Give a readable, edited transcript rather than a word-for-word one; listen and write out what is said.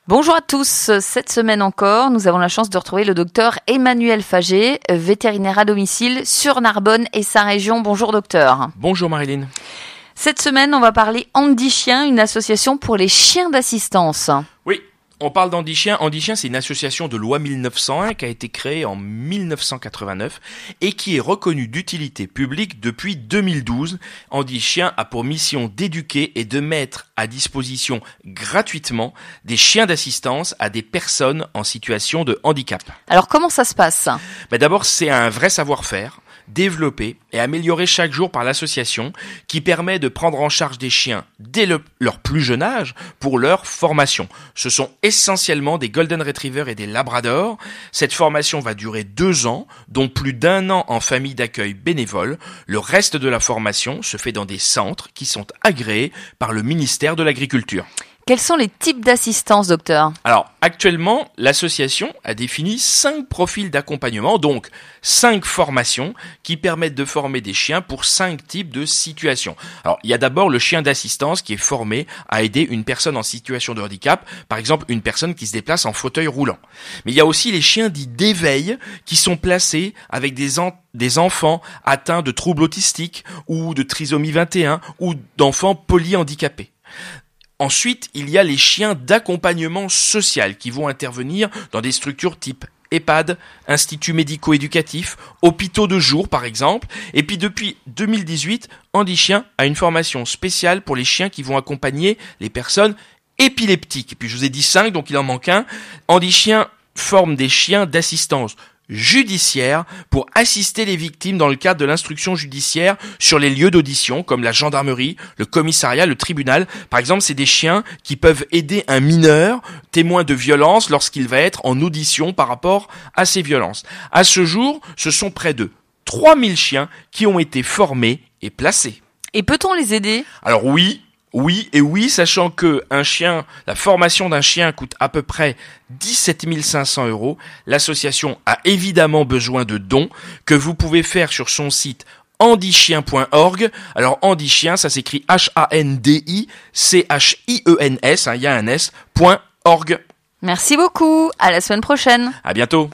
Bonjour à tous. Cette semaine encore, nous avons la chance de retrouver le docteur Emmanuel Faget, vétérinaire à domicile sur Narbonne et sa région. Bonjour docteur. Bonjour Marilyn. Cette semaine, on va parler Handy Chien, une association pour les chiens d'assistance. Oui, on parle d'Handy Chien. Handy Chien, c'est une association de loi 1901 qui a été créée en 1989 et qui est reconnue d'utilité publique depuis 2012. Handy Chien a pour mission d'éduquer et de mettre à disposition gratuitement des chiens d'assistance à des personnes en situation de handicap. Alors comment ça se passe ? D'abord, c'est un vrai savoir-faire développé et amélioré chaque jour par l'association qui permet de prendre en charge des chiens dès leur plus jeune âge pour leur formation. Ce sont essentiellement des Golden Retriever et des Labrador. Cette formation va durer 2 ans, dont plus d'1 an en famille d'accueil bénévole. Le reste de la formation se fait dans des centres qui sont agréés par le ministère de l'Agriculture. Quels sont les types d'assistance, docteur ? Alors, actuellement, l'association a défini 5 profils d'accompagnement, donc 5 formations qui permettent de former des chiens pour 5 types de situations. Alors, il y a d'abord le chien d'assistance qui est formé à aider une personne en situation de handicap, par exemple une personne qui se déplace en fauteuil roulant. Mais il y a aussi les chiens dits d'éveil qui sont placés avec des enfants atteints de troubles autistiques ou de trisomie 21 ou d'enfants polyhandicapés. Ensuite, il y a les chiens d'accompagnement social qui vont intervenir dans des structures type EHPAD, instituts médico-éducatifs, hôpitaux de jour par exemple. Et puis depuis 2018, Handy Chien a une formation spéciale pour les chiens qui vont accompagner les personnes épileptiques. Et puis je vous ai dit 5, donc il en manque un. Handy Chien forme des chiens d'assistance judiciaire pour assister les victimes dans le cadre de l'instruction judiciaire sur les lieux d'audition comme la gendarmerie, le commissariat, le tribunal. Par exemple, c'est des chiens qui peuvent aider un mineur témoin de violence lorsqu'il va être en audition par rapport à ces violences. À ce jour, ce sont près de 3000 chiens qui ont été formés et placés. Et peut-on les aider ? Alors oui, sachant que la formation d'un chien coûte à peu près 17 500 €. L'association a évidemment besoin de dons que vous pouvez faire sur son site handychien.org. Alors Handy Chien, ça s'écrit HANDICHIENS, il y a un S.org. Merci beaucoup, à la semaine prochaine. À bientôt.